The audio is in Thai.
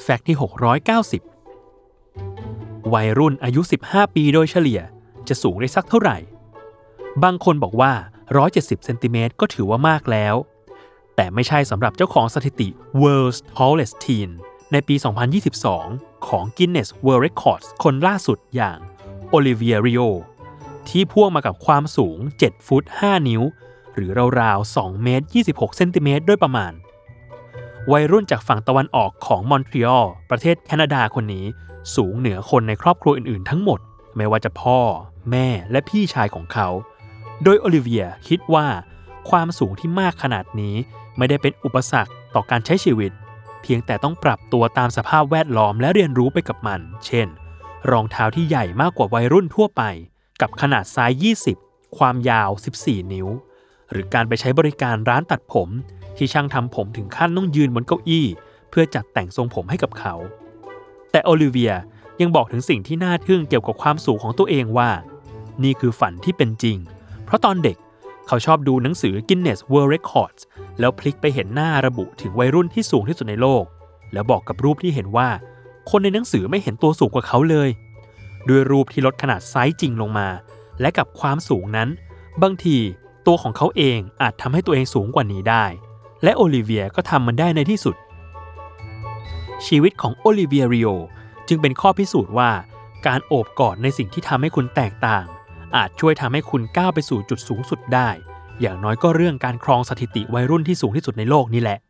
แฟกต์ที่690วัยรุ่นอายุ15ปีโดยเฉลี่ยจะสูงได้สักเท่าไหร่บางคนบอกว่า170เซนติเมตรก็ถือว่ามากแล้วแต่ไม่ใช่สำหรับเจ้าของสถิติ World's Tallest Teen ในปี 2022 ของ Guinness World Records คนล่าสุดอย่าง Olivia Rio ที่พ่วงมากับความสูง7ฟุต5นิ้วหรือราวๆ2เมตร26เซนติเมตรโดยประมาณวัยรุ่นจากฝั่งตะวันออกของมอนทรีออลประเทศแคนาดาคนนี้สูงเหนือคนในครอบครัวอื่นๆทั้งหมดไม่ว่าจะพ่อแม่และพี่ชายของเขาโดยโอลิเวียคิดว่าความสูงที่มากขนาดนี้ไม่ได้เป็นอุปสรรคต่อการใช้ชีวิตเพียงแต่ต้องปรับตัวตามสภาพแวดล้อมและเรียนรู้ไปกับมันเช่นรองเท้าที่ใหญ่มากกว่าวัยรุ่นทั่วไปกับขนาดไซส์20ความยาว14นิ้วหรือการไปใช้บริการร้านตัดผมที่ช่างทำผมถึงขั้นต้องยืนบนเก้าอี้เพื่อจัดแต่งทรงผมให้กับเขาแต่โอลิเวียยังบอกถึงสิ่งที่น่าทึ่งเกี่ยวกับความสูงของตัวเองว่านี่คือฝันที่เป็นจริงเพราะตอนเด็กเขาชอบดูหนังสือ Guinness World Records แล้วพลิกไปเห็นหน้าระบุถึงวัยรุ่นที่สูงที่สุดในโลกแล้วบอกกับรูปที่เห็นว่าคนในหนังสือไม่เห็นตัวสูงกว่าเขาเลยด้วยรูปที่ลดขนาดไซส์จริงลงมาและกับความสูงนั้นบางทีตัวของเขาเองอาจทำให้ตัวเองสูงกว่านี้ได้และโอลิเวียก็ทำมันได้ในที่สุดชีวิตของโอลิเวียริโอจึงเป็นข้อพิสูจน์ว่าการโอบกอดในสิ่งที่ทำให้คุณแตกต่างอาจช่วยทำให้คุณก้าวไปสู่จุดสูงสุดได้อย่างน้อยก็เรื่องการครองสถิติวัยรุ่นที่สูงที่สุดในโลกนี่แหละ